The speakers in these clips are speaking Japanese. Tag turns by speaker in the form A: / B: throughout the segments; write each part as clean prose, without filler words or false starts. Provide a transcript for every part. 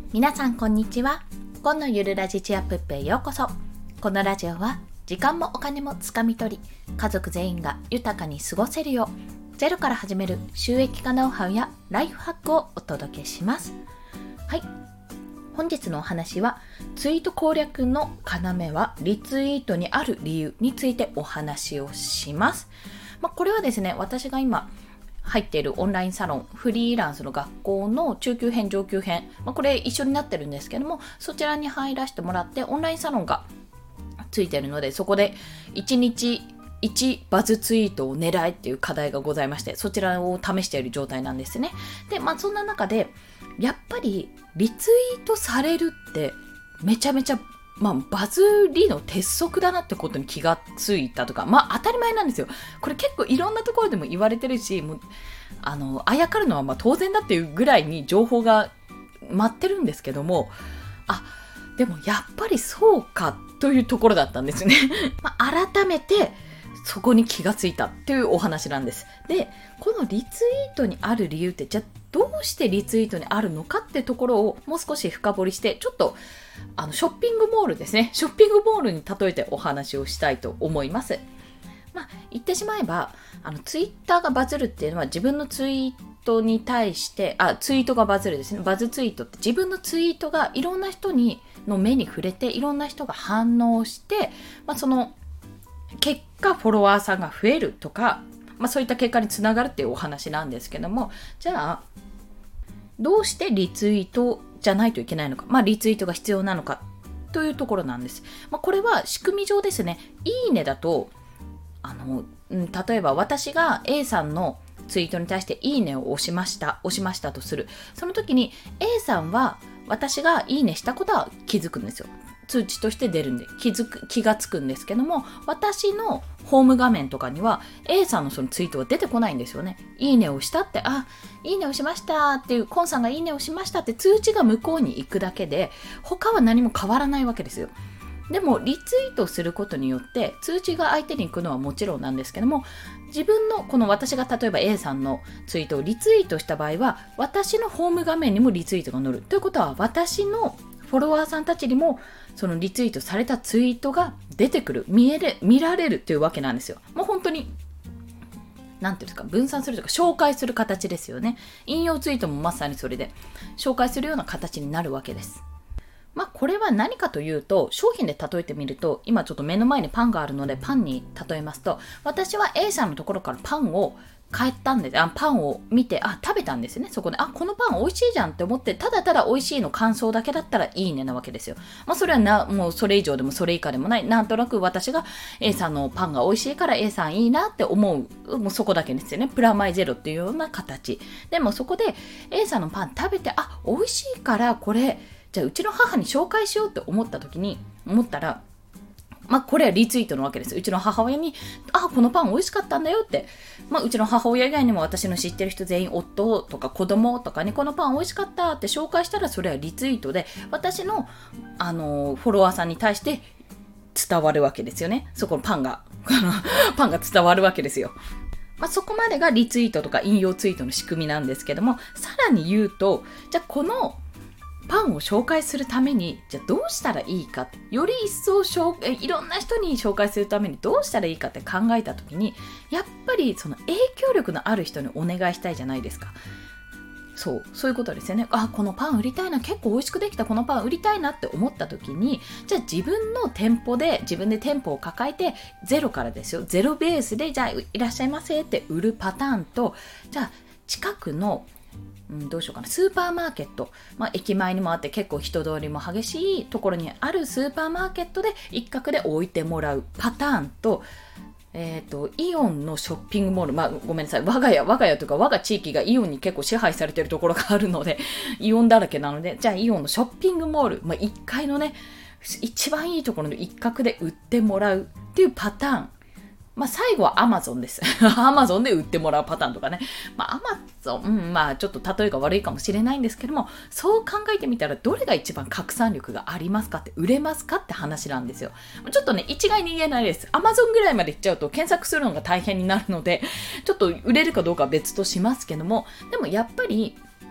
A: 皆さんこんにちは。今のゆるラジチアップップへようこそ。このラジオは時間もお金もつかみ取り、家族全員が豊かに過ごせるようゼロから始める収益化ノウハウやライフハックをお届けします。はい、本日のお話はツイート攻略の要はリツイートにある理由についてお話をします。これはですね、私が今入っているオンラインサロンフリーランスの学校の中級編上級編、これ一緒になってるんですけども、そちらに入らせてもらってオンラインサロンがついてるので、そこで1日1バズツイートを狙えっていう課題がございまして、そちらを試している状態なんですね。で、そんな中でやっぱりリツイートされるってめちゃめちゃバズりの鉄則だなってことに気がついたとか、当たり前なんですよ。これ結構いろんなところでも言われてるし、もうあやかるのは当然だっていうぐらいに情報が待ってるんですけども、でもやっぱりそうかというところだったんですね。改めてそこに気がついたっていうお話なんです。で、このリツイートにある理由って、じゃあどうしてリツイートにあるのかってところをもう少し深掘りして、ちょっとショッピングモールですね。ショッピングモールに例えてお話をしたいと思います。言ってしまえば、ツイッターがバズるっていうのは自分のツイートに対して、ツイートがバズるですね。バズツイートって自分のツイートがいろんな人の目に触れて、いろんな人が反応して、その結果フォロワーさんが増えるとか、そういった結果につながるっていうお話なんですけども、じゃあどうしてリツイートじゃないといけないのか、リツイートが必要なのかというところなんです。これは仕組み上ですね。いいねだと例えば私が A さんのツイートに対していいねを押しましたとする。その時に A さんは私がいいねしたことは気づくんですよ。通知として出るんで気がつくんですけども、私のホーム画面とかには A さんのそのツイートは出てこないんですよね。いいねをしたって、いいねをしましたっていう、コンさんがいいねをしましたって通知が向こうに行くだけで、他は何も変わらないわけですよ。でもリツイートすることによって通知が相手に行くのはもちろんなんですけども、自分のこの私が例えば A さんのツイートをリツイートした場合は、私のホーム画面にもリツイートが載るということは、私のフォロワーさんたちにもそのリツイートされたツイートが出てくる、見られるというわけなんですよ。もう本当になんていうんですか、分散するというか紹介する形ですよね。引用ツイートもまさにそれで紹介するような形になるわけです。これは何かというと、商品で例えてみると、今ちょっと目の前にパンがあるのでパンに例えますと、私は A さんのところからパンを買ったんです。パンを見て食べたんですね。そこでこのパン美味しいじゃんって思って、ただただ美味しいの感想だけだったらいいねなわけですよ。それはもうそれ以上でもそれ以下でもない、なんとなく私が A さんのパンが美味しいから A さんいいなって思う、もうそこだけですよね。プラマイゼロっていうような形でも、そこで A さんのパン食べて美味しいからこれじゃあうちの母に紹介しようって思ったら、これはリツイートのわけです。うちの母親にこのパン美味しかったんだよって、うちの母親以外にも私の知ってる人全員、夫とか子供とかにこのパン美味しかったって紹介したら、それはリツイートで私のフォロワーさんに対して伝わるわけですよね。そこのパンが伝わるわけですよ。そこまでがリツイートとか引用ツイートの仕組みなんですけども、さらに言うと、じゃあこのパンを紹介するためにじゃあどうしたらいいかって、より一層いろんな人に紹介するためにどうしたらいいかって考えたときに、やっぱりその影響力のある人にお願いしたいじゃないですか。そういうことですよね。このパン売りたいな、結構美味しくできたこのパン売りたいなって思った時に、じゃあ自分の店舗で自分で店舗を抱えてゼロからですよ、ゼロベースでじゃあいらっしゃいませって売るパターンと、じゃあ近くのどうしようかな、スーパーマーケット、駅前にもあって結構人通りも激しいところにあるスーパーマーケットで一角で置いてもらうパターンと、イオンのショッピングモール、ごめんなさい、我が家というか我が地域がイオンに結構支配されているところがあるのでイオンだらけなので、じゃあイオンのショッピングモール、1階のね一番いいところの一角で売ってもらうっていうパターン、最後は Amazon です。Amazon で売ってもらうパターンとかね。Amazon、ちょっと例えが悪いかもしれないんですけども、そう考えてみたらどれが一番拡散力がありますかって、売れますかって話なんですよ。ちょっとね、一概に言えないです。Amazon ぐらいまで行っちゃうと検索するのが大変になるので、ちょっと売れるかどうかは別としますけども、でもやっぱり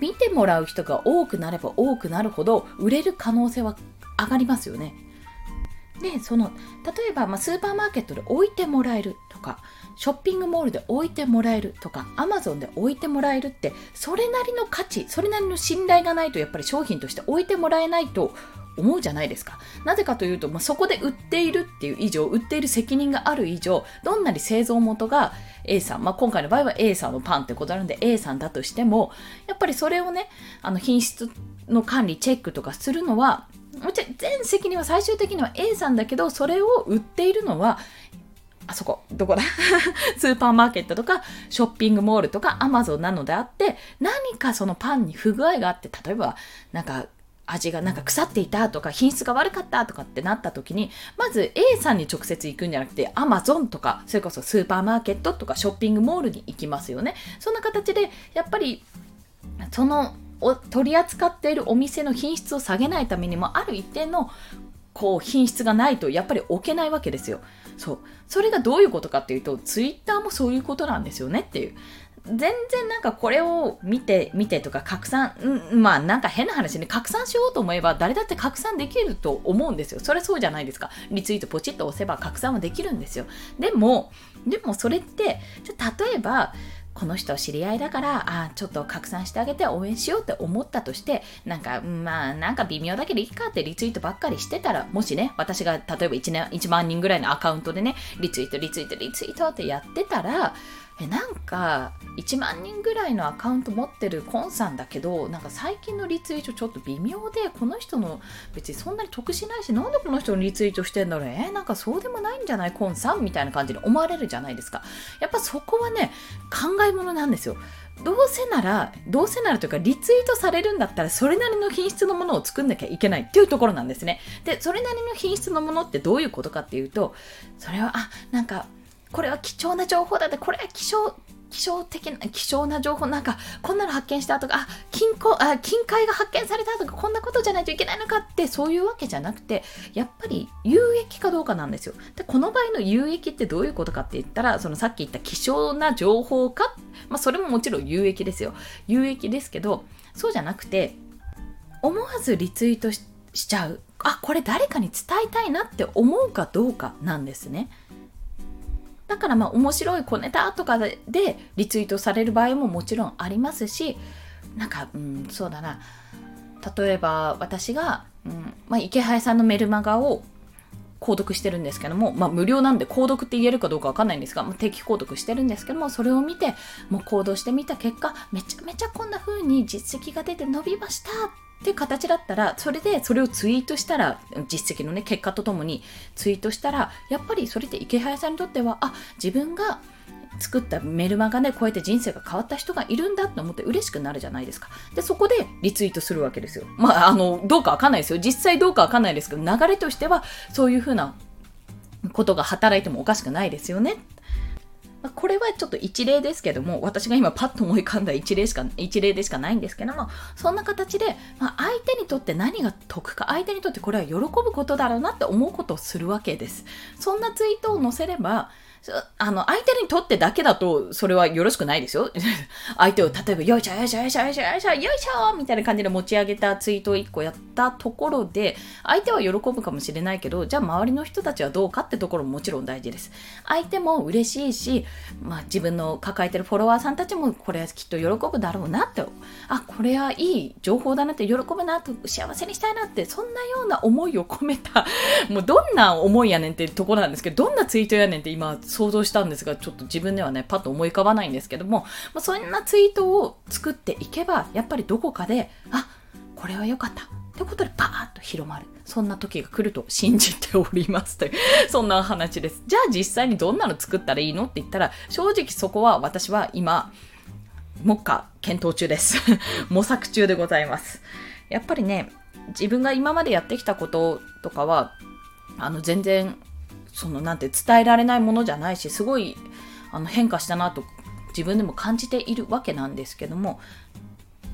A: 見てもらう人が多くなれば多くなるほど売れる可能性は上がりますよね。で、例えば、スーパーマーケットで置いてもらえるとか、ショッピングモールで置いてもらえるとか、アマゾンで置いてもらえるって、それなりの価値、それなりの信頼がないとやっぱり商品として置いてもらえないと思うじゃないですか。なぜかというと、そこで売っているっていう以上、売っている責任がある以上、どんなに製造元が A さん、今回の場合は A さんのパンってことなんで A さんだとしても、やっぱりそれをね、品質の管理、チェックとかするのは、全責任は最終的には A さんだけど、それを売っているのはどこだスーパーマーケットとかショッピングモールとかアマゾンなのであって、何かそのパンに不具合があって、例えば味が腐っていたとか品質が悪かったとかってなった時に、まず A さんに直接行くんじゃなくて Amazon とか、それこそスーパーマーケットとかショッピングモールに行きますよね。そんな形でやっぱり取り扱っているお店の品質を下げないためにも、ある一定の品質がないとやっぱり置けないわけですよ。それがどういうことかっていうと、ツイッターもそういうことなんですよねっていう。全然これを見てとか拡散、変な話ね、拡散しようと思えば誰だって拡散できると思うんですよ。それそうじゃないですか。リツイートポチッと押せば拡散はできるんですよ。でもそれって例えばこの人知り合いだからちょっと拡散してあげて応援しようって思ったとして、微妙だけどいいかってリツイートばっかりしてたら、もしね、私が例えば1万人ぐらいのアカウントでね、リツイートってやってたら、1万人ぐらいのアカウント持ってるコンさんだけど、最近のリツイートちょっと微妙で、この人の別にそんなに得しないし、なんでこの人のリツイートしてんだろう、そうでもないんじゃないコンさんみたいな感じに思われるじゃないですか。やっぱそこはね、考え物なんですよ。どうせならというか、リツイートされるんだったらそれなりの品質のものを作んなきゃいけないっていうところなんですね。で、それなりの品質のものってどういうことかっていうと、それはこれは貴重な情報だって、これは希少な情報、こんなの発見したとか、金塊が発見されたとか、こんなことじゃないといけないのかって、そういうわけじゃなくて、やっぱり有益かどうかなんですよ。で、この場合の有益ってどういうことかって言ったら、さっき言った希少な情報か、それももちろん有益ですよ。有益ですけど、そうじゃなくて、思わずリツイート しちゃう。これ誰かに伝えたいなって思うかどうかなんですね。だから面白い小ネタとかでリツイートされる場合ももちろんありますし、そうだな、例えば私が、池早さんのメルマガを購読してるんですけども、無料なんで購読って言えるかどうかわかんないんですが、定期購読してるんですけども、それを見て行動してみた結果、めちゃめちゃこんな風に実績が出て伸びましたっていう形だったら、それをツイートしたら、実績のね、結果とともにツイートしたら、やっぱりそれって池早さんにとっては、自分が作ったメルマガでこうやって人生が変わった人がいるんだと思って嬉しくなるじゃないですか。で、そこでリツイートするわけですよ。どうかわかんないですよ。実際どうかわかんないですけど、流れとしてはそういうふうなことが働いてもおかしくないですよね。これはちょっと一例ですけども、私が今パッと思い浮かんだ一例でしかないんですけども、そんな形で、相手にとって何が得か、相手にとってこれは喜ぶことだろうなって思うことをするわけです。そんなツイートを載せれば、相手にとってだけだとそれはよろしくないですよ。相手を例えばよいしょよいしょよいしょよいしょよいしょよいしょみたいな感じで持ち上げたツイートを1個やったところで、相手は喜ぶかもしれないけど、じゃあ周りの人たちはどうかってところももちろん大事です。相手も嬉しいし、自分の抱えてるフォロワーさんたちもこれはきっと喜ぶだろうなって、これはいい情報だなって喜ぶなと、幸せにしたいなって、そんなような思いを込めた、もうどんな思いやねんってところなんですけど、どんなツイートやねんって今想像したんですが、ちょっと自分ではねパッと思い浮かばないんですけども、そんなツイートを作っていけば、やっぱりどこかでこれは良かったってことでパーッと広まる、そんな時が来ると信じておりますというそんな話です。じゃあ実際にどんなの作ったらいいのって言ったら、正直そこは私は今目下検討中です模索中でございます。やっぱりね、自分が今までやってきたこととかは全然伝えられないものじゃないし、すごい変化したなと自分でも感じているわけなんですけども、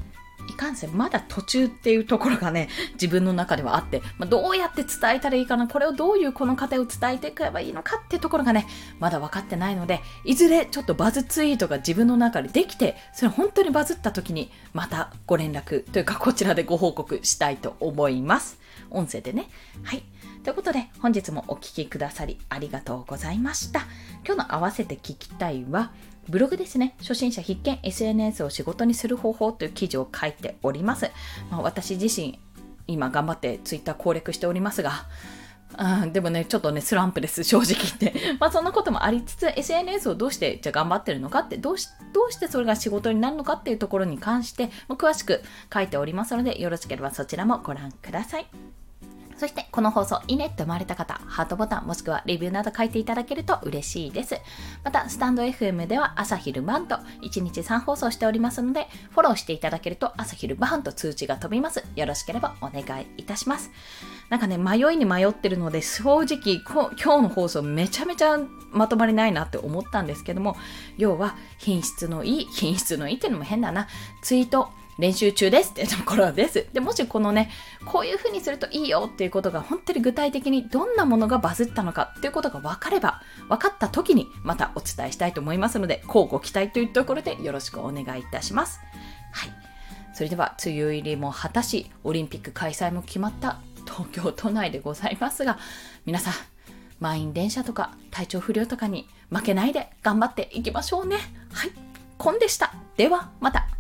A: いかんせんまだ途中っていうところがね、自分の中ではあって、どうやって伝えたらいいかな、これをどういうこの過程を伝えていけばいいのかっていうところがね、まだ分かってないので、いずれちょっとバズツイートが自分の中でできて、それ本当にバズった時にまたご連絡というかこちらでご報告したいと思います。音声でね。はい。ということで本日もお聞きくださりありがとうございました。今日の合わせて聞きたいは、ブログですね。初心者必見 SNS を仕事にする方法という記事を書いております。私自身今頑張ってツイッター攻略しておりますが、でもね、ちょっとね、スランプです、正直言って。そんなこともありつつ、SNS をどうしてじゃあ頑張ってるのかって、どうしてそれが仕事になるのかっていうところに関して、詳しく書いておりますので、よろしければそちらもご覧ください。そしてこの放送いいねって思われた方、ハートボタンもしくはレビューなど書いていただけると嬉しいです。またスタンド FM では朝昼晩と1日3放送しておりますので、フォローしていただけると朝昼晩と通知が飛びます。よろしければお願いいたします。なんかね、迷いに迷ってるので、正直今日の放送めちゃめちゃまとまりないなって思ったんですけども、要は品質のいいっていうのも変だな、ツイート練習中ですっていうところです。で、もしこのね、こういう風にするといいよっていうことが本当に具体的にどんなものがバズったのかっていうことが分かった時にまたお伝えしたいと思いますので、乞うご期待というところでよろしくお願いいたします。はい。それでは梅雨入りも果たし、オリンピック開催も決まった東京都内でございますが、皆さん、満員電車とか体調不良とかに負けないで頑張っていきましょうね。はい。コンでした。ではまた。